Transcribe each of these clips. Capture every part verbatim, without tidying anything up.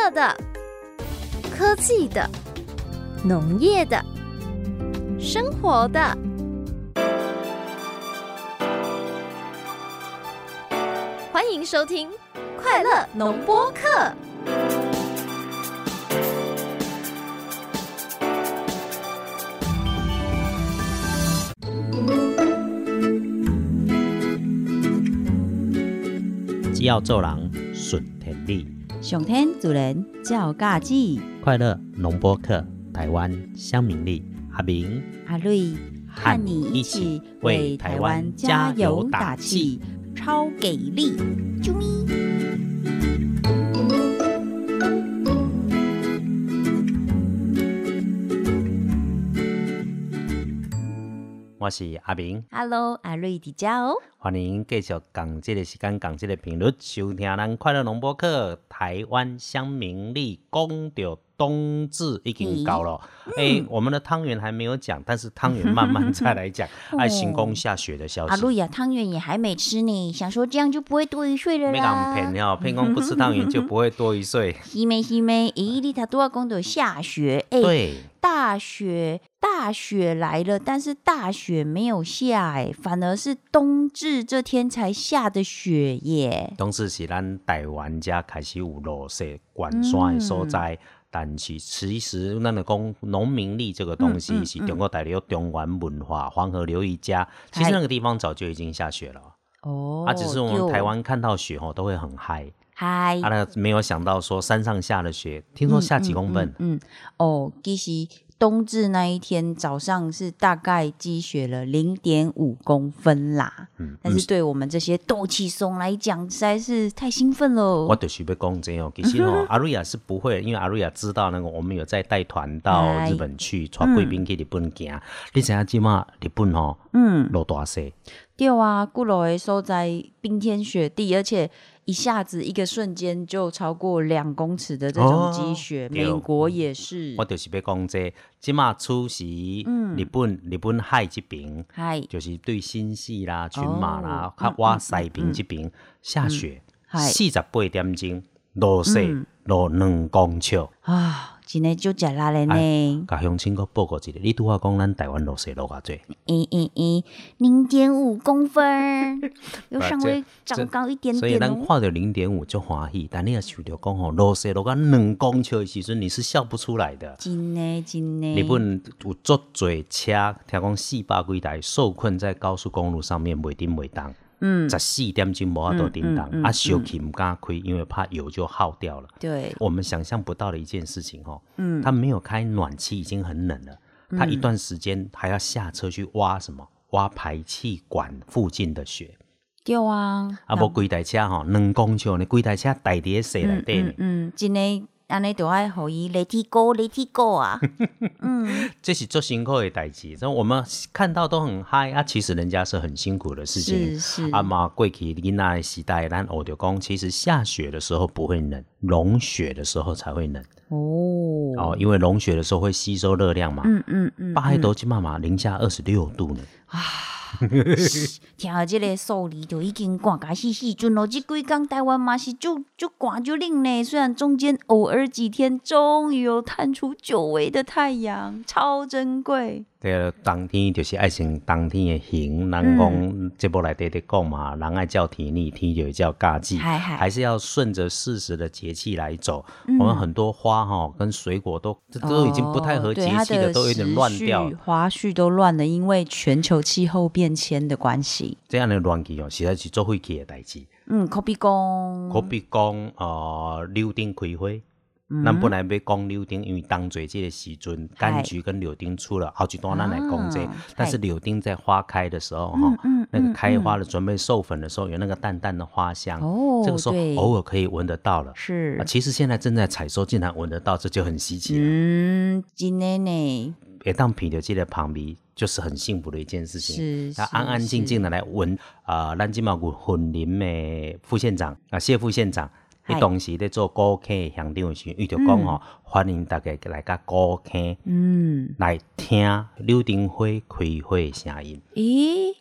乐的、科技的、农业的、生活的。欢迎收听快乐农播课。 只要做人顺天理， 上天自然照家己。 快乐农播课，台湾乡民力，阿明、 阿瑞和你一起为台湾加油打气，超给力！啾咪！ 我是阿明 ，Hello， 阿瑞迪加哦， 欢迎继续讲这个时间，讲这个频率，收听咱快乐农播课，台湾乡民力，讲到冬至已经到了。哎、嗯欸，我们的汤圆还没有讲，但是汤圆慢慢再来讲。哎、哦，星空下雪的消息。 阿瑞呀，汤圆也还没吃呢，想说这样就不会多一岁了啦。 没讲骗哦，骗讲不吃汤圆就不会多一岁。 是没是没，咦，你他都要讲到下雪，哎、欸， 对， 大雪。大雪来了，但是大雪没有下，哎，反而是冬至这天才下的雪耶。 冬至是咱台湾家开始有落雪、悬山的所在，嗯、但是其实咱就讲农民历这个东西、嗯嗯、是中国大陆中原文化黄河流域家，其实那个地方早就已经下雪了。哦，啊，只是我们台湾看到雪吼都会很嗨。嗨，啊，没有想到说山上下了雪，听说下几公分？ 嗯，嗯嗯哦，其实冬至那一天早上是大概积雪了零点五公分啦。嗯，但是对我们这些斗气松来讲，实在是太兴奋了。 我就是要讲这样，其实哦，阿瑞亚是不会，因为阿瑞亚知道那个我们有在带团到日本去，带贵宾去日本行。嗯、你知影即马日本哦，嗯，落大雪。 对啊，古老的所在冰天雪地，而且一下子一个瞬间就超过两公尺的这种积雪，哦、美国也是。 我就是要讲这，即马此时日本、嗯、日本海这边，就是对新系啦、群馬啦、較瓦西邊這邊、嗯、下雪，四十八點鐘落雪落兩公尺啊！真的就吃力了呢。 甲鄉親閣報告一下，你拄仔講咱台灣落雪落偌濟？ 咦咦咦，零點五公分，又稍微長高一點點、哦。 所以咱看到零點五就歡喜，但你也想到講吼，落雪落到兩公尺的時陣，你是笑不出來的。 真的真的。 日本有足多車，聽講四百幾台受困在高速公路上面，袂頂袂當。嗯，十四點鐘無法度叮當，啊，燒氣唔敢開，因為怕油就耗掉了。對，我們想象不到的一件事情哦，嗯，他沒有開暖氣已經很冷了，嗯、他一段時間還要下車去挖什麼？挖排氣管附近的雪。 對啊， 啊，無規台車吼，兩公尺呢，規台車大啲雪內底呢。 嗯，真的。安尼就愛互伊 let it go let it go 啊， 嗯，這是做辛苦的代志，所以我們看到都很嗨啊，其實人家是很辛苦的事情。是是。啊嘛，過去囡仔的時代，咱學著講，其實下雪的時候不會冷，融雪的時候才會冷。哦哦，因為融雪的時候會吸收熱量嘛。嗯嗯嗯。北海道即嘛嘛零下二十六度呢。啊。 聽到這個數字就已經寒甲死死陣咯，這幾天台灣嘛是就就寒就冷呢，雖然中間偶爾幾天終於有探出久違的太陽，超珍貴。 對，冬天就是愛先冬天的行，人講節目內底在講嘛，人愛叫天理，天就會叫家己，還是要順着適時的節氣來走。嗯、我們很多花哈跟水果都都已經不太合節氣的，都有點亂掉， 花序都亂了，因為全球氣候變遷的關係。 這樣的亂去哦，實在是做廢氣的代志。 嗯，可比講， 可比講，呃，柳丁開花。咱、嗯、本來要講柳丁，因為當作這個時陣，柑橘跟柳丁出了好幾段，咱來講這個。但是柳丁在花開的時候，哈、嗯，那個開花了，準備授粉的時候，有那個淡淡的花香。哦，這個時候偶爾可以聞得到了。是、啊，其實現在正在採收，竟然聞得到，這就很稀奇了。 嗯，真的呢。 會當品到這個旁邊，就是很幸福的一件事情。是，是安安靜靜的來聞啊，咱今嘛有雲林的副縣長啊，謝副縣長。伊當時咧做古坑的鄉長時，伊就講吼，歡迎大家來甲古坑，嗯，來聽柳丁花開花的聲音。咦？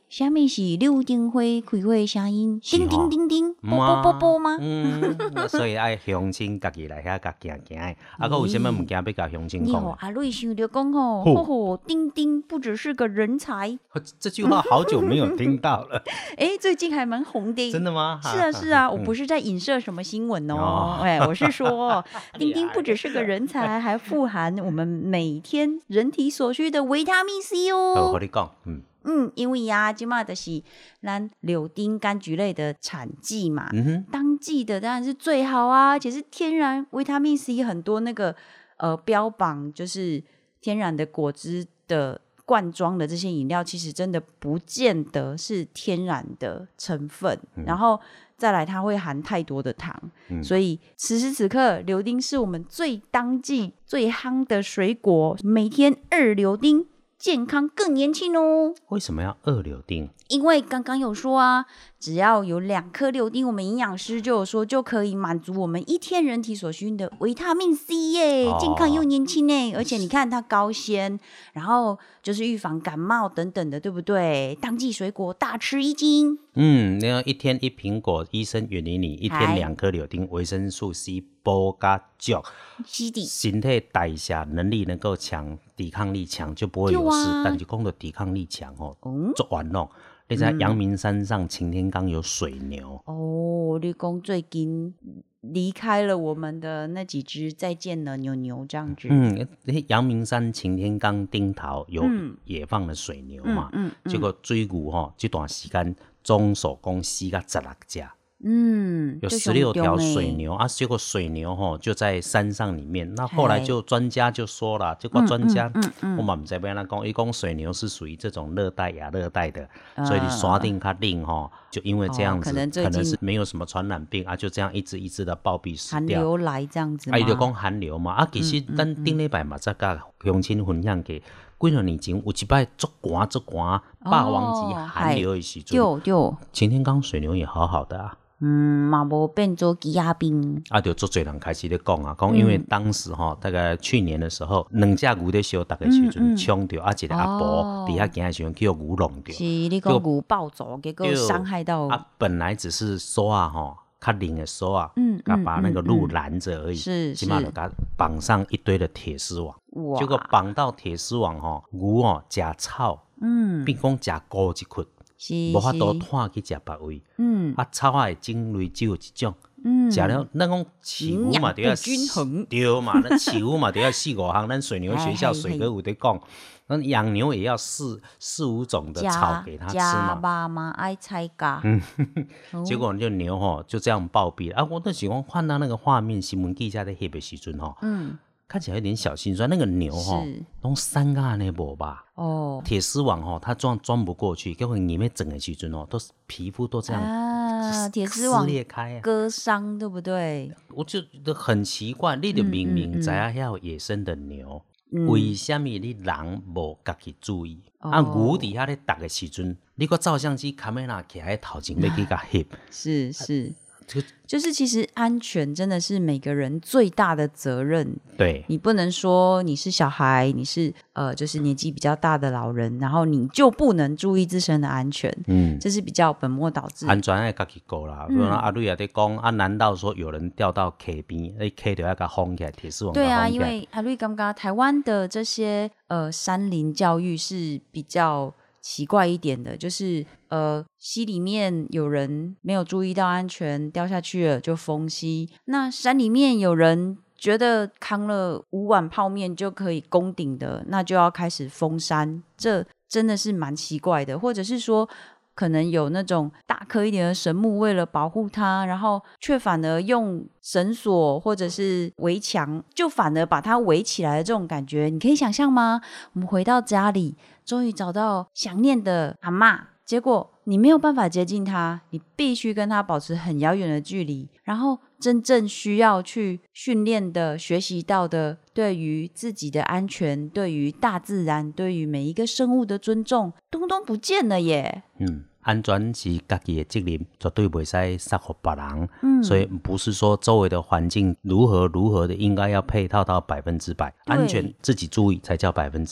下面是柳丁花开花的声音，叮叮叮叮，啵啵啵啵吗？ 嗯，所以爱乡亲家己来遐甲行行的。啊，佮有什么物件要甲乡亲讲？ 阿瑞想着讲吼，吼吼，丁丁不只是个人才。 这句话好久没有听到了。 哎，最近还蛮红的。 真的吗？ 是啊，是啊，我不是在影射什么新闻哦。哎，我是说，丁丁不只是个人才，还富含我们每天人体所需的维他命 C 哦。 我和你讲，嗯。 嗯，因为呀、啊，即马就是咱柳丁柑橘类的产季嘛，嗯、当季的当然是最好啊，而且是天然维他命 C 很多那个呃标榜就是天然的果汁的罐装的这些饮料，其实真的不见得是天然的成分，嗯、然后再来它会含太多的糖，嗯、所以此时此刻柳丁是我们最当季最夯的水果，每天二柳丁。健康更年轻哦！ 为什么要二柳丁？ 因为刚刚有说啊，只要有两颗柳丁，我们营养师就有说就可以满足我们一天人体所需的维他命 C 耶，哦、健康又年轻耶！而且你看它高纤，然后就是预防感冒等等的，对不对？当季水果大吃一斤。 嗯，那一天一苹果，医生远离你；一天两颗柳丁，维生素 C 补加足，身体代谢能力能够强，抵抗力强，就不会有事。啊、但是讲到抵抗力强哦，做完咯。你知道阳明山上擎天岗有水牛、 嗯、哦，你讲最近离开了我们的那几只再见了牛牛这样子。 嗯，阳明山擎天岗顶头有野放的水牛嘛，嗯嗯嗯、结果水牛吼这段时间总数讲死到十六只。嗯，有十六条水牛啊，结果水牛吼就在山上里面。那后来就专家就说了，结果专家、嗯嗯嗯、我嘛不知道要怎么讲，伊讲水牛是属于这种热带亚热带的，呃、所以你山顶较冷吼，就因为这样子、哦可能，可能是没有什么传染病啊，就这样一只一只的暴毙死掉。 寒流来这样子吗？ 啊，伊就讲寒流嘛。啊，其实咱顶礼拜嘛才甲乡亲分享给。几两年前有一摆足寒足寒霸王级寒流的时阵， 对对， 擎天岗水牛也好好的啊。 嗯，嘛无变做鸡鸭冰啊，就足侪人开始咧讲啊，讲因为当时哈、哦，大概去年的时候，两只牛在烧，大概时阵冲到、嗯嗯、啊，一个阿婆底下行的时候叫牛弄到， 是你讲牛暴走，结果伤害到啊，本来只是说啊哈。较冷的时候啊，嗯，嗯把那个路拦着而已，是起码就给它绑上一堆的铁丝网，结果绑到铁丝网吼，牛哦食草，嗯，并讲食高一窟，无法度拖去食别位，嗯，啊草啊的种类只有一种，嗯，食了咱讲饲牛嘛，就要均衡，对嘛，那饲牛嘛就要四五项，咱水牛学校水哥有在讲。那养牛也要四四五种的草给它吃嘛， 加嘛爱菜嘎， 嗯，结果就牛吼就这样暴毙了啊！我那时候看到那个画面，新闻记者在翕的时阵吼，嗯，看起来有点小心酸。那个牛吼，拢三个那无吧？哦，铁丝网吼，它装装不过去，结果里面整个时阵哦，都是皮肤都这样啊，铁丝网裂开，割伤，对不对？ 我就觉得很奇怪，你的明明知影遐有野生的牛。嗯、为什么你人无家己注意？哦、啊，牛底下咧搭的时阵，你个照相机卡梅拉徛在头前要去甲翕， 是是，这个就是其实安全真的是每个人最大的责任。 对， 你不能说你是小孩，你是呃，就是年纪比较大的老人，然后你就不能注意自身的安全。嗯，这是比较本末倒置。 安全要家己顾啦。嗯、阿瑞也在讲啊，难道说有人掉到溪边，那溪就要甲封起来，铁丝网对啊，因为阿瑞刚刚台湾的这些呃山林教育是比较奇怪一点的，就是呃溪里面有人没有注意到安全掉下去了就封溪，那山里面有人觉得扛了五碗泡面就可以攻顶的，那就要开始封山，这真的是蛮奇怪的。或者是说可能有那种大颗一点的神木，为了保护它，然后却反而用绳索或者是围墙，就反而把它围起来的这种感觉，你可以想象吗？我们回到家里，终于找到想念的阿嬷，结果你没有办法接近她，你必须跟她保持很遥远的距离，然后真正需要去训练的、学习到的，对于自己的安全、对于大自然、对于每一个生物的尊重，通通不见了耶。嗯， 安全是家己的责任，绝对不可以撒给别人。嗯，所以不是说周围的环境如何如何的，应该要配套到百分之百，安全自己注意才叫百分之百。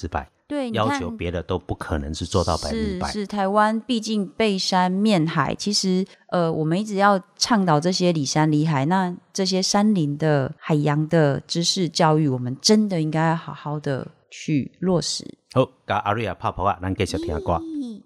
对， 要求别的都不可能是做到百分之百。 是是，台湾毕竟背山面海，其实呃，我们一直要倡导这些里山里海，那这些山林的海洋的知识教育，我们真的应该要好好的去落实。 好，甲阿瑞亚拍拍啊，咱继续听歌。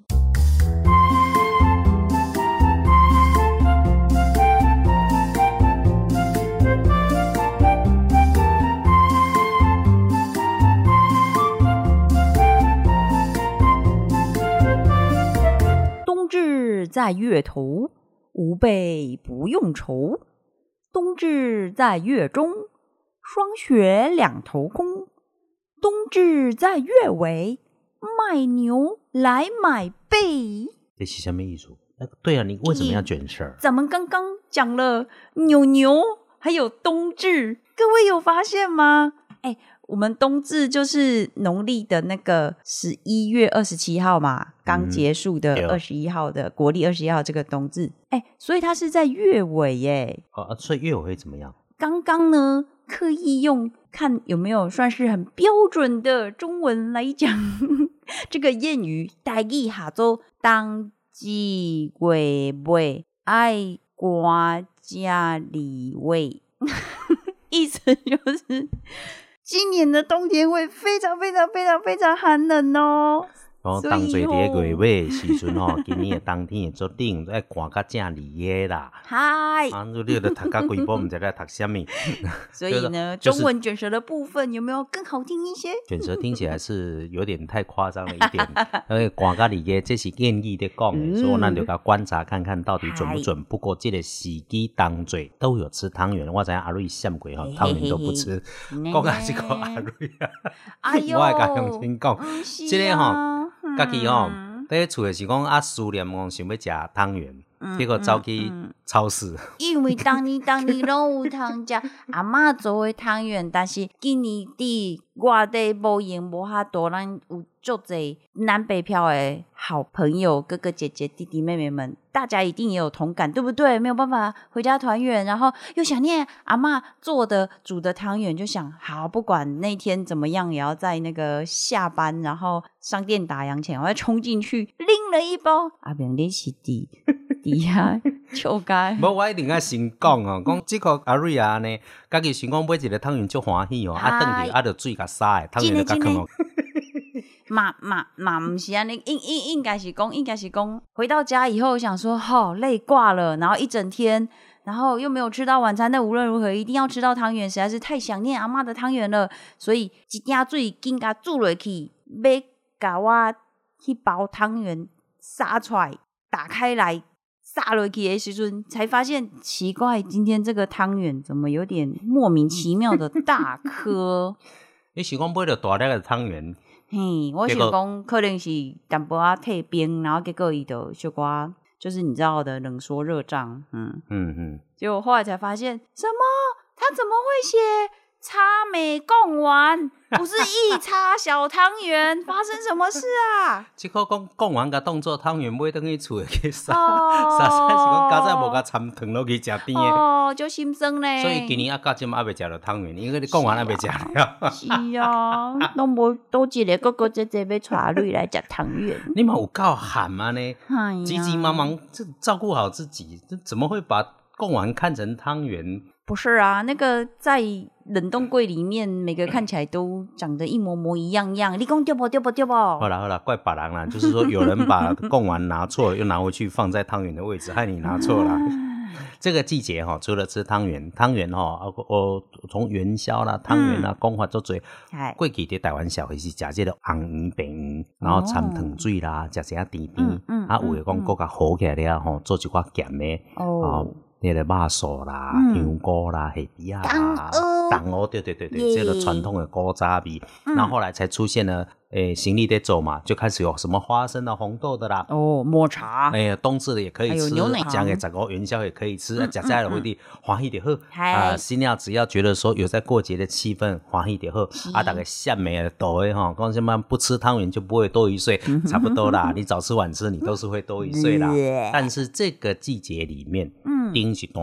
在月头，吾辈不用愁。冬至在月中，霜雪两头空。冬至在月尾，卖牛来买贝。 这是什么意思？对啊，你为什么要卷舌？ 咱们刚刚讲了牛牛，还有冬至，各位有发现吗？哎，我们冬至就是农历的那个十一月二十七号嘛，刚结束的二十一号的、嗯、国历二十一号这个冬至，哎，所以它是在月尾耶。 哦，所以月尾会怎么样？ 刚刚呢，刻意用看有没有算是很标准的中文来讲这个谚语，台语下做冬至月尾爱寒家里味，意思就是今年的冬天会非常非常非常非常寒冷哦。 哦，当最第一个月尾的时阵吼，今年的冬天会做冷，爱寒到正厉害啦。嗨，啊，你就读到规波，唔知在读什么。 所以呢，就是、中文卷舌的部分有没有更好听一些？ 卷舌听起来是有点太夸张了一点。因为寒到厉害，这是谚语在讲的，嗯、所以咱就要观察看看到底准不准。不过这个时机当最都有吃汤圆，我知影阿瑞闪过吼，汤圆都不吃。讲下是讲阿瑞啊，哎呦，我系甲乡亲讲，这个吼。家己吼，在厝的时讲啊，思念讲想要食汤圆，嗯、结果走去超市。嗯嗯、 因为当年当年拢有通食阿嬷做的汤圆，但是今年伫外地无闲无遐多，咱有足侪南北漂的好朋友、哥哥姐姐、弟弟妹妹们，大家一定也有同感，对不对？没有办法回家团圆，然后又想念阿嬷做的煮的汤圆，就想好，不管那天怎么样，也要在那个下班，然后商店打烊前，我要冲进去拎了一包。阿明你是伫底下笑该。 无，我一定要先讲哦，讲这个阿瑞啊呢，家己想讲买一个汤圆足欢喜哦，啊，转去啊，就水甲洒的，汤圆就甲放哦。 嘛嘛嘛，不是安尼，应应应该是讲，应该是讲，回到家以后想说，吼、哦、累挂了，然后一整天，然后又没有吃到晚餐，但无论如何一定要吃到汤圆，实在是太想念阿嬷的汤圆了，所以一鼎水紧甲煮落去，要甲我迄包汤圆撒出来，打开来撒落去的时阵，才发现奇怪，今天这个汤圆怎么有点莫名其妙的大颗？ 你是讲买到大粒的汤圆？ 嘿，我想讲可能是淡薄仔退冰，然后结果伊就小可就是你知道的冷缩热胀，嗯嗯嗯，结果后来才发现，什么？他怎么会写叉美贡丸，不是一叉小汤圆？发生什么事啊？ 这个讲贡丸甲当做汤圆买回去厝去撒，撒撒是讲加早无甲掺糖落去食甜的。 哦，就心酸咧。 所以今年啊，到今还未食到汤圆，因为你贡丸还未食了。 是啊，都无多一个哥哥姐姐要带女来食汤圆。 你嘛有够寒啊呢？急急忙忙这照顾好自己，这怎么会把贡丸看成汤圆？ 不是啊，那个在冷冻柜里面，每个看起来都长得一模模一样样。你讲对不对不对不？ 好啦好啦，怪别人啦，就是说有人把贡丸拿错，又拿回去放在汤圆的位置，害你拿错啦。这个季节哈，除了吃汤圆，汤圆哈，我从元宵啦、汤圆啦，讲法足多。过去伫台湾社会是食这个红圆、白圆，然后掺糖水啦，食些甜甜，啊，有的讲更加好起来了吼，做一寡咸的哦。那个肉燥啦、香菇啦、虾皮啊啦、党哦，对对对对，这个传统的古早味，然后后来才出现了，诶，行李在走嘛，就开始有什么花生的、红豆的啦， 哦，抹茶， 哎，冬至的也可以吃，讲给十五元宵也可以吃，啊，食在了会的欢喜就好，啊，新娘只要觉得说有在过节的气氛，欢喜就好，啊，大概下面的多的哈，讲什么不吃汤圆就不会多一岁，差不多啦，你早吃晚吃你都是会多一岁啦，但是这个季节里面，嗯。丁是大，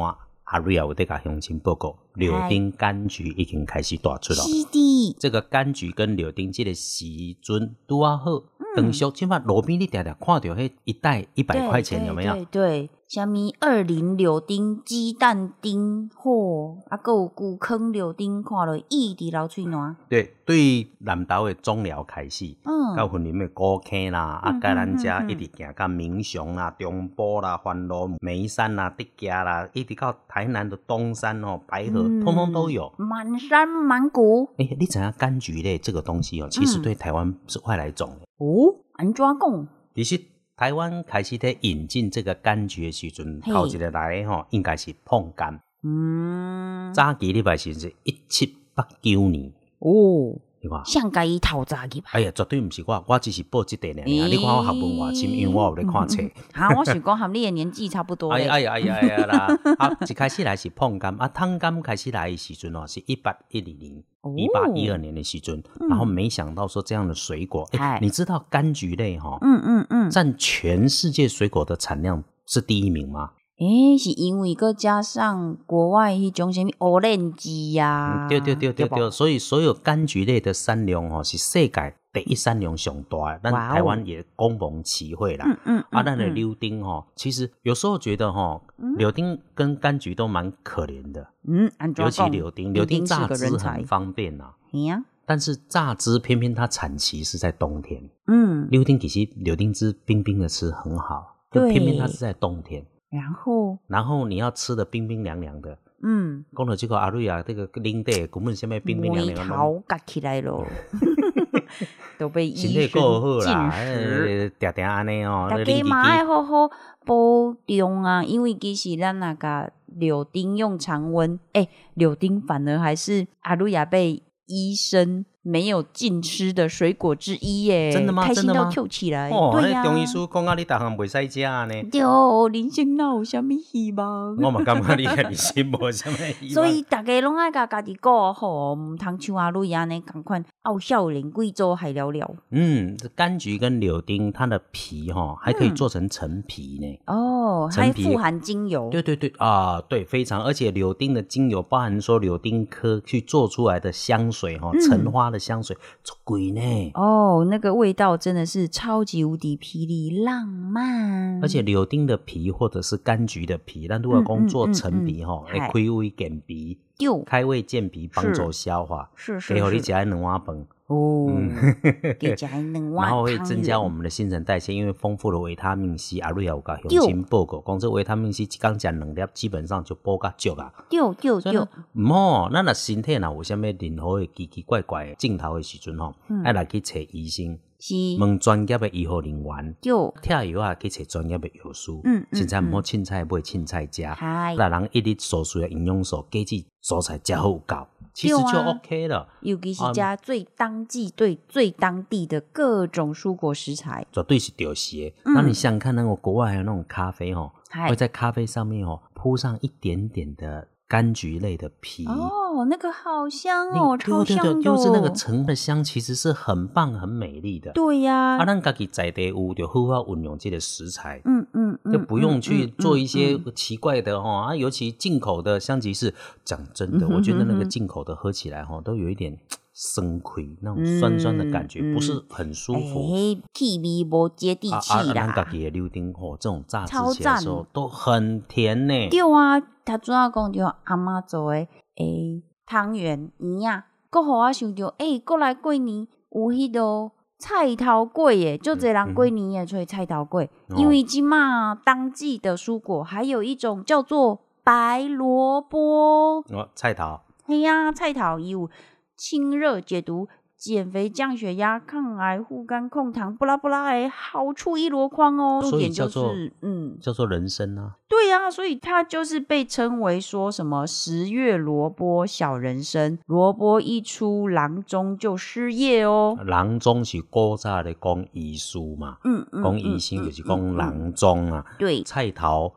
阿瑞亚有在甲乡亲报告，柳丁柑橘已经开始大出了。 是的， 这个柑橘跟柳丁这个时阵拄啊好，等俗即摆路边你常常看到迄一袋一百块钱有没有？ 对对对，什么二零柳丁、鸡蛋丁，嚯，啊，还有古坑柳丁，看落一直流喙暖。 对，对南投的中寮开始， 嗯， 到云林的古坑啦，啊，甲咱遮一直行到民雄啦、中部啦、环路、眉山啦、德家啦，一直到台南的东山哦、白河，通通都有。 满山满谷。 哎、欸，你知影柑橘类这个东西哦，其实对台湾是外来种的。 哦，安怎讲？ 其实台湾开始在引进这个柑橘的时阵，头一个来的吼，应该是碰柑。 嗯， 早期礼拜是是一七八九年哦。 像甲伊透早去吧？ 哎呀，绝对不是我，我只是报这点尔。欸、你看我学问偌深，因为我有咧看册。 啊，我想讲和你的年纪差不多。 哎呀哎呀哎呀哎呀啦！啊，一开始来是碰柑，啊，汤柑开始来的时阵哦，是一八一二年、一八一二年的时阵，嗯、然后没想到说这样的水果，哎、欸，你知道柑橘类哈、哦， 嗯嗯嗯， 占全世界水果的产量是第一名吗？ 诶，是因为佮加上国外迄种什么 orange 呀、 啊嗯，对对对对对，所以所有柑橘类的产量哦是世界第一产量上大的，咱台湾也恭逢其会啦。嗯嗯，嗯啊，咱的柳丁哦，其实有时候觉得哈，柳丁跟柑橘都蛮可怜的。嗯，尤其柳丁，柳丁榨汁很方便呐。 呀、啊， 但是榨汁偏偏它产期是在冬天。 嗯， 柳丁其实柳丁汁冰冰的吃很好， 对， 偏偏它是在冬天。 然后， 然后你要吃的冰冰凉凉的，嗯，讲到这个阿瑞啊，这个领带根本什么冰冰凉凉的， 头夹起来咯，都被医生禁食，定定安尼哦， 大家嘛爱好好保重啊，因为其实咱那个柳丁用常温，哎，柳丁反而还是阿瑞亚被医生没有禁吃的水果之一耶， 真的吗？ 开心到跳起来。 哦， 对呀、啊， 中医师讲啊，你逐项袂使食呢。 对，人生哪有啥物希望？ 我嘛感觉你人生无啥物希望。 所以大家拢爱甲家己顾好，唔通像阿瑞安尼共款傲笑脸贵州还了了。 嗯，柑橘跟柳丁，它的皮哈、哦、还可以做成陈皮呢。 嗯、哦，还富含精油。 对对对啊，对，非常，而且柳丁的精油包含说柳丁科去做出来的香水哈、哦，橙花的香水，足贵呢。 哦，那个味道真的是超级无敌霹雳浪漫。 而且柳丁的皮或者是柑橘的皮，咱如果讲做陈皮哈，会开胃健脾，开胃健脾，帮助消化， 是是是， 给好你吃两碗饭。 哦，给加两碗， 然后会增加我们的新陈代谢，因为丰富的维他命 C， 阿瑞也有甲乡亲报告，讲这维他命 C 一天吃两粒，基本上就补甲足啊。 对对对， 唔好，咱若身体若有啥物任何的奇奇怪怪的镜头的时阵吼，爱来去找医生，问专业的医护人员，跳药啊去找专业的药师，嗯，凊彩唔好凊彩买凊彩食，让人一日所需的营养素、价值蔬菜食好有够。其实就 OK 了， 尤其是加最当季、对最当地的各种蔬果食材， 绝对是对时的。那、嗯、你想想看，那个国外还有那种咖啡哦，会在咖啡上面哦铺上一点点的柑橘类的皮哦，那个好香哦，超香的、哦。 对对对，就是那个橙的香，其实是很棒、很美丽的。 对呀、啊， 啊，咱家己在地有就好好运用这个食材， 嗯嗯嗯， 就不用去做一些奇怪的哈、哦嗯嗯、啊，尤其进口的香吉士，讲真的，嗯、我觉得那个进口的喝起来哈、哦、都有一点生亏，那种酸酸的感觉、嗯、不是很舒服， 哎，气味无接地气啦。 啊，咱、啊、家己的柳丁吼，这种榨汁起来的时候都很甜呢。 对啊，他主要讲就阿嬷做的诶汤圆圆啊，搁互我想到诶，过来过年有迄个菜头粿耶，就侪人过年也吹菜头粿、嗯，因为即马当季的蔬果还有一种叫做白萝卜哦，菜头， 嘿呀、啊，菜头有清热解毒、减肥、降血压、抗癌、护肝、控糖，不拉不拉诶，好处一箩筐哦。 所以叫做嗯， 叫做人参啊。 对呀、啊，所以它就是被称为说什么十月萝卜小人参，萝卜一出郎中就失业哦。 郎中是古早的讲医书嘛，嗯嗯，讲医生就是讲郎中啊、嗯嗯嗯。对，菜头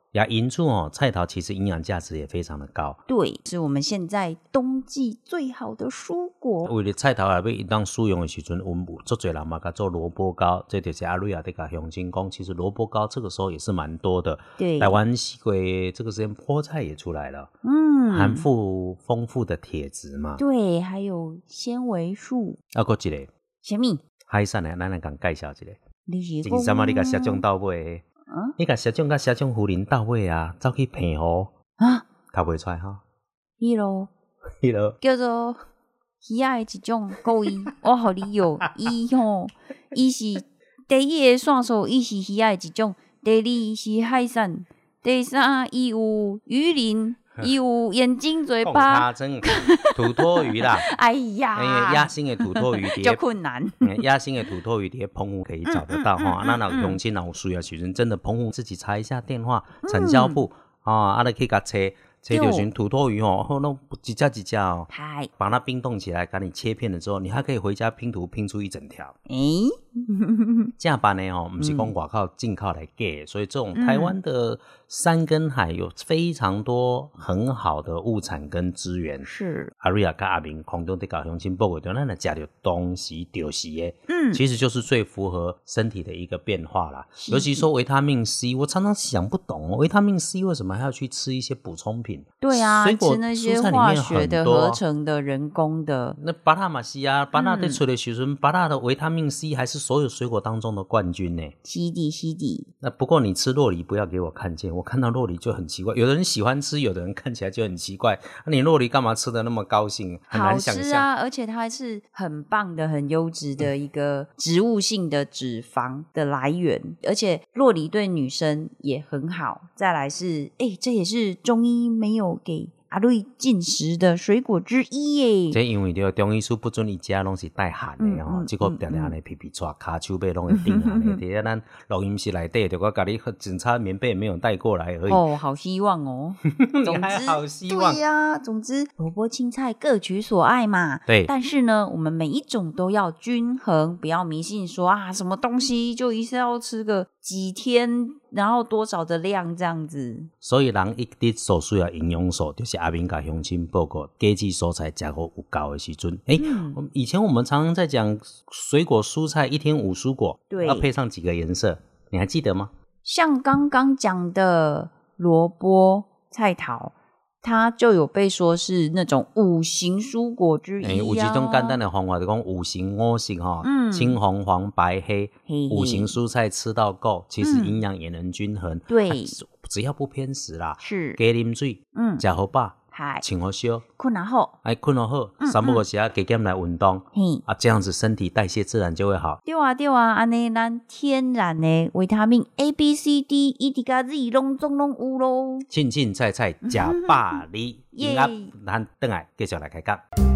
也因此哦，菜头其实营养价值也非常的高。 对，是我们现在冬季最好的蔬果。 为了菜头也要一当使用的时阵，我们有足多人嘛，甲做萝卜糕，这就是阿瑞亚在甲乡亲讲，其实萝卜糕这个时候也是蛮多的。 对， 台湾西瓜这个时间菠菜也出来了， 嗯， 含富丰富的铁质嘛。 对，还有纤维素。 啊，搁一个什么？ 海产的，咱来讲介绍一个。 你是这是什么？你甲社长到尾？嗯，你甲社长甲社长夫人到尾啊，走去平湖啊，读袂出来哈。 迄咯， 迄咯， 叫做鱼仔的一种故意，我互你有伊吼，伊是第一个线索，伊是鱼仔的一种；第二是海产；第三伊有鱼鳞。伊有眼睛、嘴巴， 土托鱼啦。 哎呀， 亚星的土托鱼就困难。 亚星的土托鱼碟，澎湖可以找得到哈。那那乡亲有需要时阵，真的澎湖自己查一下电话，产销部啊，啊，你可以甲切。切就寻土托鱼哦，然后几架几架哦，把它冰冻起来，给你切片了之后，你还可以回家拼图拼出一整条。诶，这样办呢哦，不是讲外口进口来给，所以这种台湾的山跟海有非常多很好的物产跟资源。 是阿瑞亚跟阿明空中在搞乡亲报告，咱来吃到东西丢西耶，嗯，其实就是最符合身体的一个变化啦。尤其说维他命 C， 我常常想不懂哦，维他命 C 为什么还要去吃一些补充品？ 对啊， 水果吃那些化学的、合成的、人工的。 那芭乐嘛是啊，芭乐在出的时候，芭乐的维他命 C 还是所有水果当中的冠军呢。 是的，是的。 那不过你吃酪梨不要给我看见，我看到酪梨就很奇怪。有的人喜欢吃，有的人看起来就很奇怪。那你酪梨干嘛吃的那么高兴？很难想象。 好吃啊，而且它还是很棒的、很优质的一个植物性的脂肪的来源，而且酪梨对女生也很好。再来是，哎，这也是中医没有给阿瑞进食的水果之一耶。 这因为对中医师不准伊食拢是带汗的吼，结果常常安尼皮皮抓，骹手背拢会顶安尼。伫咱录音室内底，就我甲你警察棉被没有带过来而已。 哦，好希望哦。 总之，好希望对呀、啊。总之，萝卜青菜各取所爱嘛。 对。 但是呢，我们每一种都要均衡，不要迷信说啊，什么东西就一定要吃个几天，然后多少的量这样子。 所以人一直所需要营养素，就是阿明甲乡亲报告，果子蔬菜吃好有够的时阵。哎、嗯，以前我们常常在讲水果蔬菜一天五蔬果，对，要配上几个颜色，你还记得吗？ 像刚刚讲的萝卜、菜头，它就有被说是那种五行蔬果之一、啊欸、 有几种简单的方法，就讲五行五行哈、嗯，青红黄白黑，嘿嘿五行蔬菜吃到够，其实营养也能均衡。 对、 啊，只要不偏食啦， 是加啉水，嗯，吃好饱。穿好烧， 困好好， 哎，困好好，三不五时啊，加减来运动，嗯，啊，这样子身体代谢自然就会好。 对啊，对啊，安尼咱天然的维他命 A、B、C、D、E、D 加 Z 拢总拢有咯。 凊凊菜菜吃百里，音乐咱等下继续来开讲。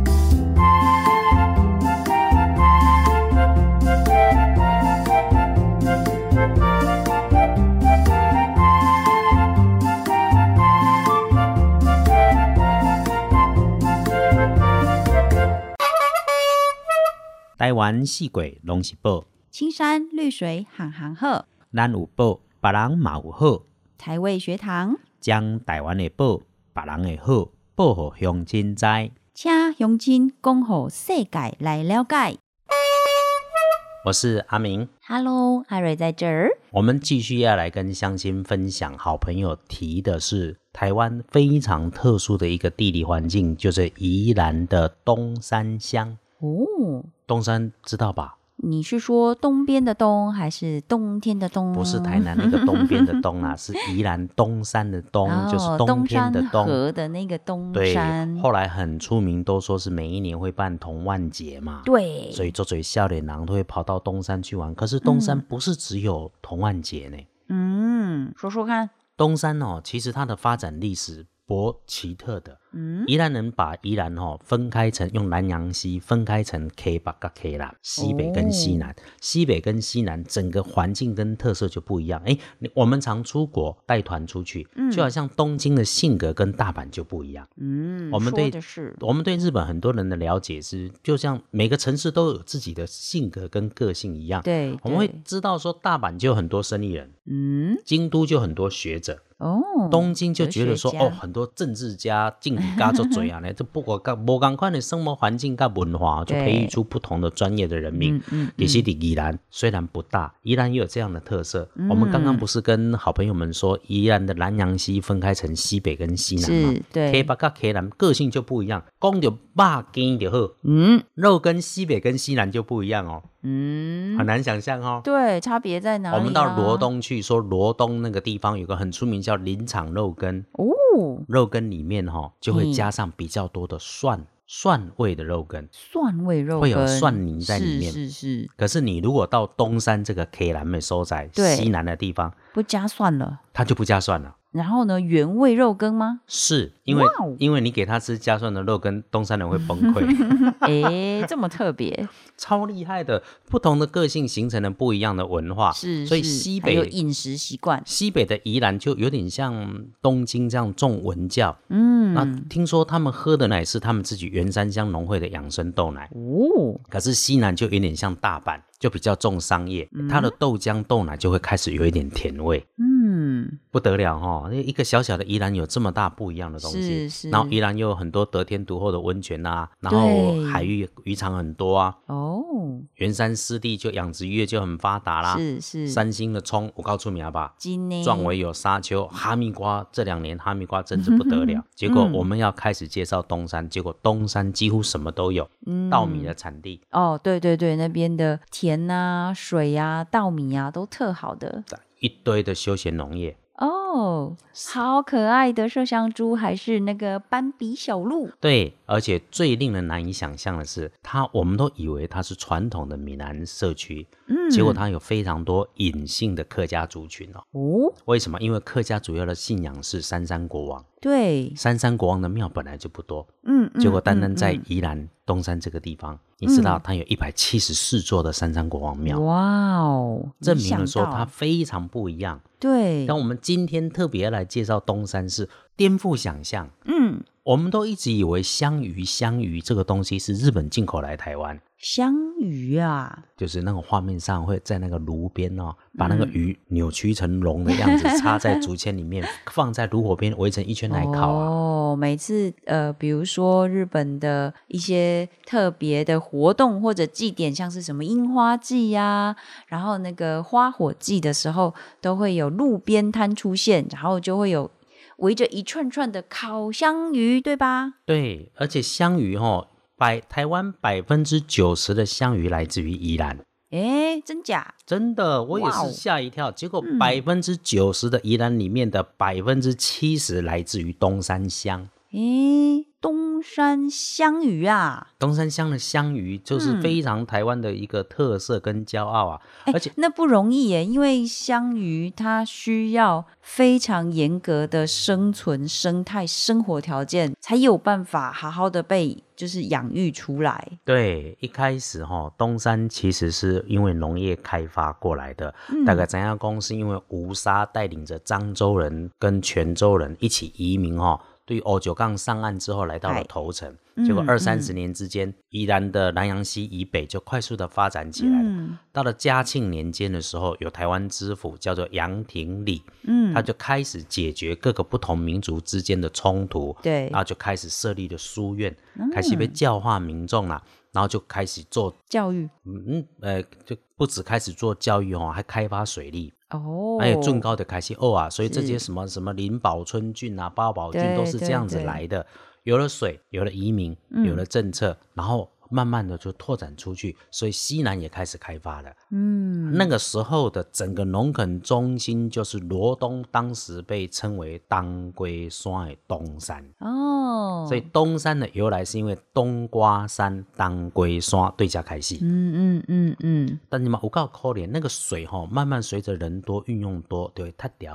台湾四季拢是宝， 青山绿水行行好， 咱有宝，别人嘛有好。 台味学堂将台湾的宝，别人的好，报互乡亲知， 请乡亲讲互世界来了解。 我是阿明 ，Hello， 阿瑞在这儿。 我们继续要来跟乡亲分享，好朋友提的是台湾非常特殊的一个地理环境，就是宜兰的东山乡。哦，东山知道吧？ 你是说东边的东还是冬天的冬？ 不是台南那个东边的东啦，是宜兰东山的东，哦、就是冬天的冬。 东山河的那个东山。 对，后来很出名，都说是每一年会办童玩节嘛。 对， 所以做做少年人都会跑到东山去玩。可是东山不是只有童玩节呢。 嗯，说说看。 东山哦，其实它的发展历史博奇特的。 嗯，宜兰人把宜兰哦分开成用南洋溪分开成 K 北跟 K 南，西北跟西南，哦、西北跟西南整个环境跟特色就不一样。哎，我们常出国带团出去，嗯、就好像东京的性格跟大阪就不一样。嗯，我们对我们对日本很多人的了解是，就像每个城市都有自己的性格跟个性一样。 对， 我们会知道说大阪就有很多生意人，嗯，京都就很多学者。哦，东京就觉得说哦，很多政治家、政治家做嘴啊，呢，这不过不同款的生活环境跟文化，就培育出不同的专业的人民。嗯嗯，其实宜兰虽然不大，宜兰也有这样的特色。嗯、我们刚刚不是跟好朋友们说，宜兰的南洋溪分开成西北跟西南吗？ 对 ，K 北跟 K 南个性就不一样。讲到肉羹就好，嗯，肉跟西北跟西南就不一样哦。嗯，很难想象哦。 对，差别在哪里、啊？ 我们到罗东去，说罗东那个地方有个很出名叫林场肉羹哦，肉羹里面哈、哦、就会加上比较多的蒜。嗯蒜味的肉羹， 蒜味肉羹会有蒜泥在里面， 是是是。 可是你如果到东山这个 K 南的所在，西南的地方， 不加蒜了， 它就不加蒜了。 然后呢，原味肉羹吗？ 是因为、wow、因为你给他吃加蒜的肉羹，东山人会崩溃。 哎，这么特别， 超厉害的！不同的个性形成了不一样的文化， 是， 所以西北还有饮食习惯。 西北的宜兰就有点像东京这样重文教，嗯，那听说他们喝的奶是他们自己员山乡农会的养生豆奶哦。可是西南就有点像大阪，就比较重商业，嗯、它的豆浆豆奶就会开始有一点甜味，嗯，不得了哦！一个小小的宜兰有这么大不一样的东西， 是是。 然后宜兰又有很多得天独厚的温泉啊，然后海域渔场很多啊，哦，圆山湿地就养殖业就很发达啦， 是是。 三星的葱我告诉你吧，壮围有沙丘，哈密瓜这两年哈密瓜真是不得了。结果我们要开始介绍东山，结果东山几乎什么都有，嗯、稻米的产地哦，对对对，那边的田啊、水啊、稻米啊都特好的， 一堆的休闲农业。 哦，好可爱的麝香猪，还是那个斑比小鹿。 对，而且最令人难以想象的是，它我们都以为它是传统的闽南社区，嗯，结果它有非常多隐性的客家族群哦。哦，为什么？因为客家主要的信仰是三山国王。 对， 三山国王的庙本来就不多，嗯，结果单单在宜兰、嗯嗯、东山这个地方，你知道它有一百七十四座的三山国王庙， 哇哦， 证明了说它非常不一样。 对， 但我们今天特别来介绍东山是颠覆想象，嗯，我们都一直以为香鱼香鱼这个东西是日本进口来台湾。 香鱼啊， 就是那个画面上会在那个炉边哦，把那个鱼扭曲成龙的样子，嗯、插在竹签里面，放在炉火边围成一圈来烤啊。 哦，每次呃，比如说日本的一些特别的活动或者祭典，像是什么樱花季呀、啊，然后那个花火季的时候，都会有路边摊出现，然后就会有围着一串串的烤香鱼，对吧？ 对，而且香鱼哦。百台湾百分之九十的香鱼来自于宜兰， 哎，真假？ 真的，我也是吓一跳。结果百分之九十的宜兰里面的百分之七十来自于东山乡。 诶，东山香鱼啊， 东山乡的香鱼就是非常台湾的一个特色跟骄傲啊， 嗯、 而且那不容易耶，因为香鱼它需要非常严格的生存生态生活条件，才有办法好好的被就是养育出来。 对，一开始哈、哦，东山其实是因为农业开发过来的，嗯、大概怎样公是因为吴沙带领着漳州人跟泉州人一起移民哈、哦。对欧九杠上岸之后来到了头城，结果二三十年之间、嗯、宜兰的南洋溪以北就快速的发展起来了、嗯、到了嘉庆年间的时候，有台湾知府叫做杨廷礼、嗯、他就开始解决各个不同民族之间的冲突， 对， 然后就开始设立了书院、嗯、开始被教化民众啦，然后就开始做教育， 嗯呃，就不止开始做教育哦，还开发水利哦， 还有最高的开始哦啊，所以这些什么什么林宝春郡啊、八宝郡都是这样子来的。有了水，有了移民，有了政策，嗯、然后慢慢的就拓展出去，所以西南也开始开发了。嗯，那个时候的整个农垦中心就是罗东，当时被称为当归山的东山哦，所以东山的由来是因为冬瓜山、当归山对家开始。嗯嗯嗯嗯。但你们有够可怜，那个水哈、哦，慢慢随着人多运用多，就会塌掉的。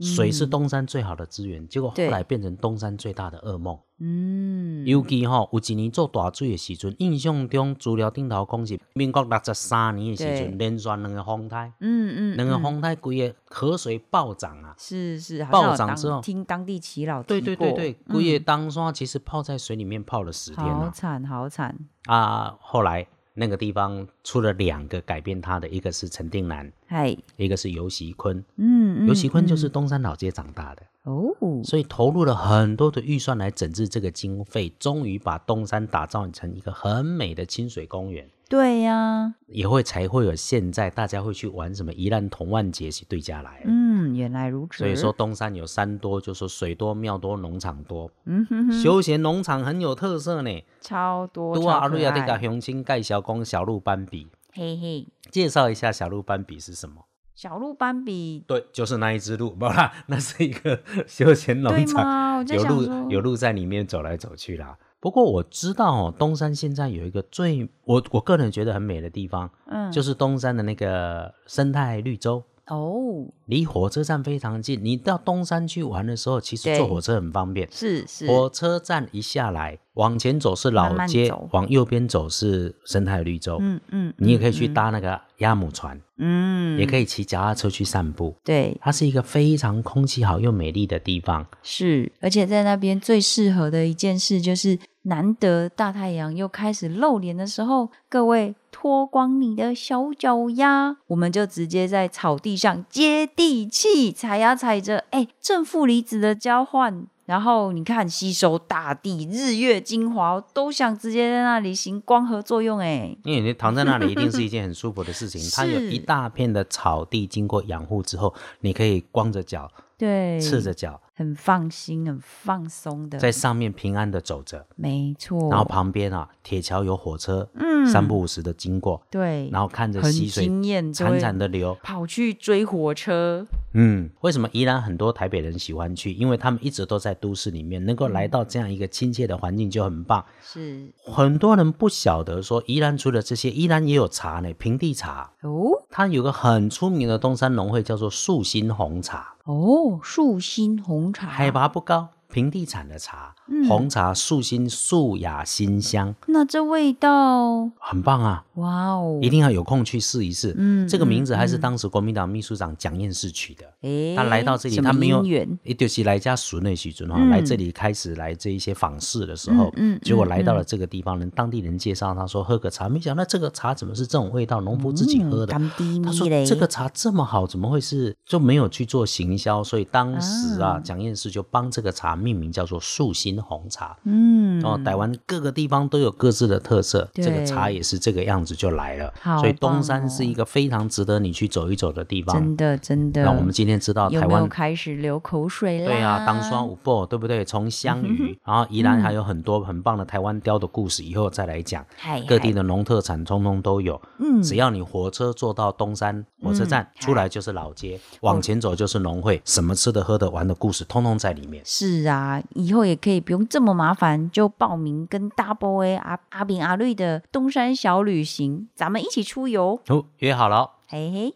水是东山最好的资源，结果后来变成东山最大的噩梦。 嗯， 尤其吼、哦、有一年做大水的时阵，印象中资料顶头讲是民国六十三年的时阵，连续两个风台， 嗯嗯， 两个风台规个河水暴涨啊， 是是， 暴涨之后听当地耆老提过， 对对对对，规个当山其实泡在水里面泡了十天啊， 好惨好惨啊！后来那个地方出了两个改变它的，一个是陈定南，一个是游锡堃。嗯，游锡堃就是东山老街长大的。哦，所以投入了很多的预算来整治这个经费，终于把东山打造成一个很美的清水公园。 对呀、啊， 也会才会有现在大家会去玩什么宜兰童玩节是对家来。 嗯，原来如此。 所以说东山有山多，就说水多庙多农场多。嗯哼哼，休闲农场很有特色呢， 超多。 都阿瑞亚这个乡亲介绍讲小鹿斑比， 嘿嘿， 介绍一下小鹿斑比是什么？ 小鹿斑比， 对，就是那一只鹿，不啦，那是一个休闲农场，有鹿有鹿在里面走来走去啦。不过我知道哦，东山现在有一个最我我个人觉得很美的地方，嗯，就是东山的那个生态绿洲哦，离火车站非常近。你到东山去玩的时候，其实坐火车很方便， 是是， 火车站一下来，往前走是老街，慢慢往右边走是生态绿洲，嗯嗯，你也可以去搭那个鸭母船，嗯，也可以骑脚踏车去散步， 对， 它是一个非常空气好又美丽的地方， 是，而且在那边最适合的一件事就是难得大太阳又开始露脸的时候，各位脱光你的小脚丫，我们就直接在草地上接地气，踩呀踩着，哎，正负离子的交换，然后你看吸收大地日月精华，都想直接在那里行光合作用哎， 因为你躺在那里一定是一件很舒服的事情。它有一大片的草地，经过养护之后，你可以光着脚， 对， 赤着脚， 很放心很放松的在上面平安的走着， 没错。 然后旁边啊铁桥有火车，嗯，三不五时的经过， 对， 然后看着溪水潺潺的流， 跑去追火车。 嗯，为什么宜兰很多台北人喜欢去？因为他们一直都在都市里面，能够来到这样一个亲切的环境就很棒。 是， 很多人不晓得说宜兰除了这些，宜兰也有茶呢，平地茶哦。它有个很出名的东山农会叫做树心红茶哦，树心红茶， 海拔不高，平地产的茶，嗯、红茶树心素雅馨香， 那这味道很棒啊！ 哇哦， 一定要有空去试一试。嗯，这个名字还是当时国民党秘书长蒋验士取的。嗯、他来到这里，他没有，也就是来家巡的时阵哈，来这里开始来这一些访视的时候，嗯嗯、结果来到了这个地方，人当地人介绍他说喝个茶，没想到这个茶怎么是这种味道？农夫自己喝的。嗯、他说这个茶这么好，怎么会是就没有去做行销？所以当时啊，蒋验士就帮这个茶命名叫做树心红茶。嗯，哦，台湾各个地方都有各自的特色，这个茶也是这个样子就来了。哦、所以东山是一个非常值得你去走一走的地方。 真的真的。 那我们今天知道台湾有没有开始流口水啦？ 对啊，当双五步，对不对？从香鱼，然后宜兰还有很多很棒的台湾雕的故事，以后再来讲。各地的农特产通通都有。嗯，只要你火车坐到东山火车站，出来就是老街，往前走就是农会，什么吃的喝的玩的故事通通在里面。 是啊，以后也可以不用这么麻烦，就报名跟 Double A 阿阿炳阿瑞的东山小旅行，咱们一起出游。 哦，约好了。 嘿嘿。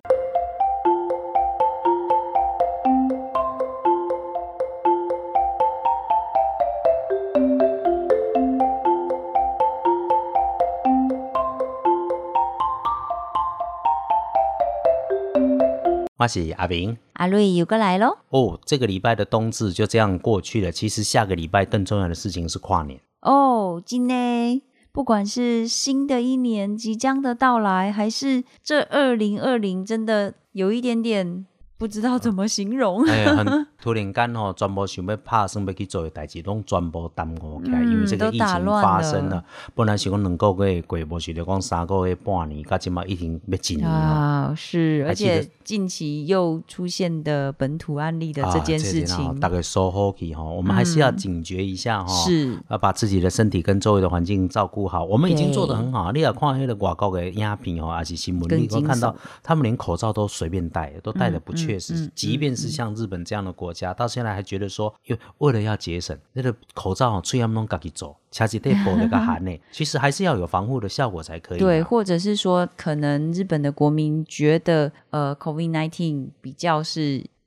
我是阿明， 阿瑞又过来咯。 哦，这个礼拜的冬至就这样过去了。其实下个礼拜更重要的事情是跨年哦。今天不管是新的一年即将的到来，还是这二零二零，真的有一点点不知道怎么形容。 哎，很突然间吼，全部想要拍算要去做的代志，拢全部耽误起来，嗯、因为这个疫情发生了。本来是讲两个月过，无是就讲三个月半年，到现在已经要一年了。 啊，是，而且近期又出现的本土案例的这件事情， 啊、大概收好去哈，我们还是要警觉一下哈、 嗯，是， 要把自己的身体跟周围的环境照顾好。我们已经做得很好，你也看那个外国的影片哦，还是新闻，你会看到他们连口罩都随便戴，都戴得不确实。嗯嗯嗯、即便是像日本这样的国家，到现在还觉得说，因为为了要节省，那个口罩嘴要弄自己走。掐起对口那个含内，其实还是要有防护的效果才可以。 对，或者是说，可能日本的国民觉得，呃 ，COVID 十九 比较是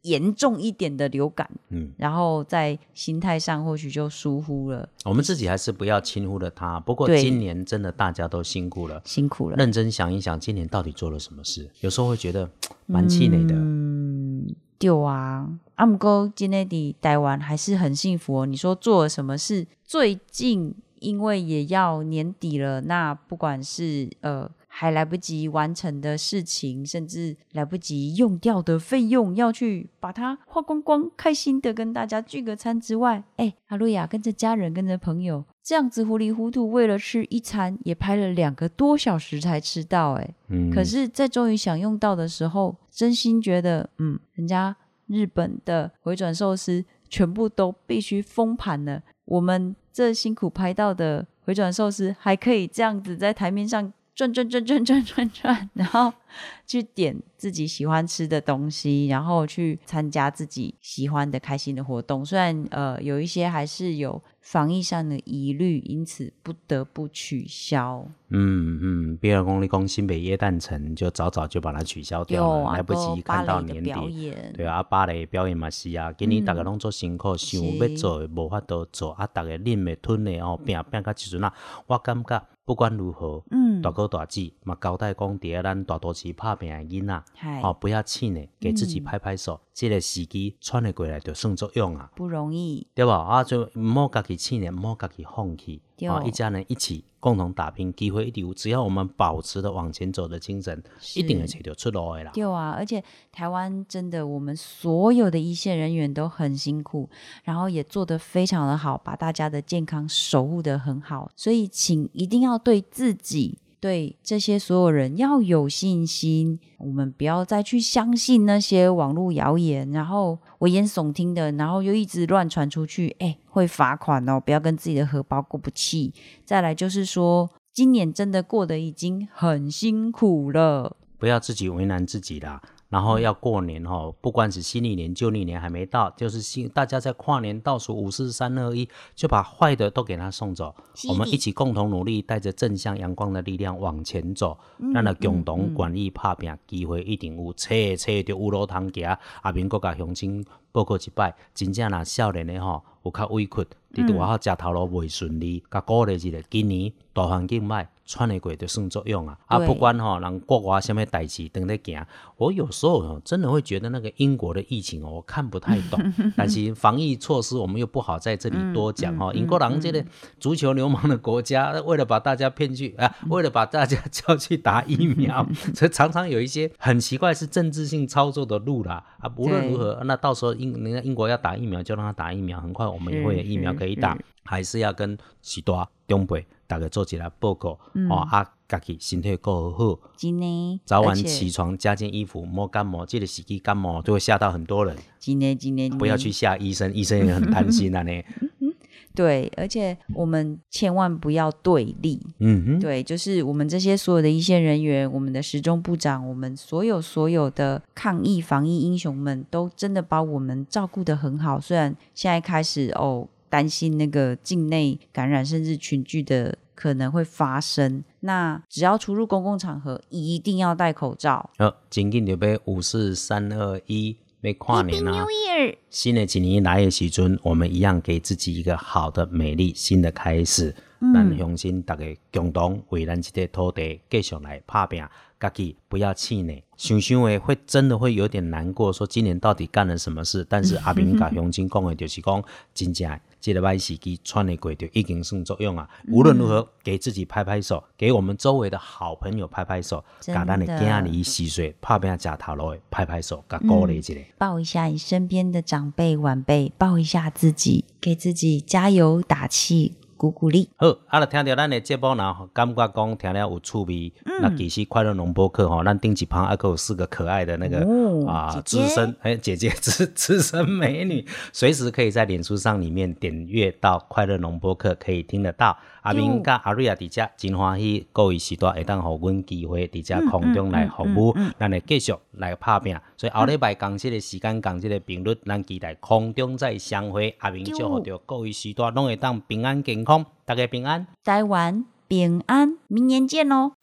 严重一点的流感， 嗯， 然后在心态上或许就疏忽了。 我们自己还是不要轻忽了它。不过今年真的大家都辛苦了， 辛苦了。 认真想一想，今年到底做了什么事？有时候会觉得蛮气馁的。 嗯，对啊。啊，不过今天的台湾还是很幸福哦。你说做了什么事？最近因为也要年底了，那不管是呃。还来不及完成的事情，甚至来不及用掉的费用，要去把它花光光，开心的跟大家聚个餐之外，哎，阿瑞亚跟着家人跟着朋友这样子糊里糊涂为了吃一餐也拍了两个多小时才吃到，哎、嗯，可是在终于享用到的时候，真心觉得嗯，人家日本的回转寿司全部都必须封盘了，我们这辛苦拍到的回转寿司还可以这样子在台面上转转转转转转转，然后去点自己喜欢吃的东西，然后去参加自己喜欢的开心的活动。虽然呃有一些还是有防疫上的疑虑，因此不得不取消。 嗯嗯，比如说你说新北耶诞城就早早就把它取消掉了，来不及看到年底。对啊，芭蕾表演嘛是啊，今年大家拢做辛苦，想要做的无法度做啊，大家忍的吞的哦，拼拼到一阵啊，我感觉。不管如何，嗯，大哥大姐嘛交代讲，在咱大都市打拼的囡仔，哦，不要气馁，给自己拍拍手，嗯、这个时机喘得过来就算作用啊， 不容易， 对吧？啊，就唔好家己气馁，唔好家己放弃，啊，一家人一起共同打拼，机会一定有。只要我们保持着往前走的精神，一定会找到出路的啦。 对啊，而且台湾真的，我们所有的一线人员都很辛苦，然后也做得非常的好，把大家的健康守护得很好，所以请一定要对自己对这些所有人要有信心，我们不要再去相信那些网络谣言，然后危言耸听的，然后又一直乱传出去，哎，会罚款哦，不要跟自己的荷包过不去。再来就是说，今年真的过得已经很辛苦了， 不要自己为难自己啦。然后要过年齁，不管是新历年旧历年还没到，就是新大家在跨年倒数五四三二一，就把坏的都给他送走，我们一起共同努力，带着正向阳光的力量往前走，咱来共同管理打拼，机会一定有，车车就有路通行。阿明国家乡亲报告一摆，真正若少年的吼有较委屈，伫外口食头路袂顺利，甲鼓励一下，今年大环境歹，喘得过就算作用啊！啊，不管吼人国外什么代志正在行，我有时候真的会觉得那个英国的疫情哦，我看不太懂。但是防疫措施我们又不好在这里多讲哈。英国人这个足球流氓的国家，为了把大家骗去啊，为了把大家叫去打疫苗，所以常常有一些很奇怪是政治性操作的路啦啊。无论如何，那到时候英人家英国要打疫苗，就让他打疫苗，很快我们也会有疫苗可以打。还是要跟许多长辈大家做一下报告、嗯、哦啊，自己身体够好， 真的， 早晚起床加件衣服，莫感冒，这个时期感冒就会吓到很多人。 真的真的， 不要去吓医生，医生也很担心啊呢。 对，而且我们千万不要对立。嗯哼，对，就是我们这些所有的一线人员，我们的时中部长，我们所有所有的抗疫防疫英雄们，都真的把我们照顾得很好。虽然现在开始哦。担心那个境内感染甚至群聚的可能会发生，那只要出入公共场合一定要戴口罩。 好，真紧就要五四三二一要跨年啊！ Happy New Year！ 新的一年来的时阵，我们一样给自己一个好的、美丽新的开始。咱相信大家共同为咱这个土地继续来打拼，自己不要气馁。想想的会真的会有点难过，说今年到底干了什么事？但是阿明甲乡亲讲的就是讲，真正这个歹时机喘得过就已经算作用啊。无论如何，给自己拍拍手，给我们周围的好朋友拍拍手，给咱的囝儿四岁打拼吃头路的拍拍手，给鼓励一下、嗯。 抱一下你身边的长辈晚辈，抱一下自己，给自己加油打气。鼓鼓励。 好，啊，就听到咱的节目，然后感觉讲听了有趣味，嗯、那其实快乐农播客吼，咱顶一旁还有四个可爱的那个、哦、啊资深哎姐姐资资深美女，随时可以在脸书上里面点阅到快乐农播客，可以听得到。阿明甲阿瑞亚伫遮真欢喜，各位时代会当互阮机会伫遮空中来服务，咱、嗯嗯嗯、会继续来拍拼。所以后礼拜讲这个时间，讲这个频率，咱期待空中再相会。阿明祝福着各位时代拢会当平安健康。大家平安， 台湾平安，明年见哦。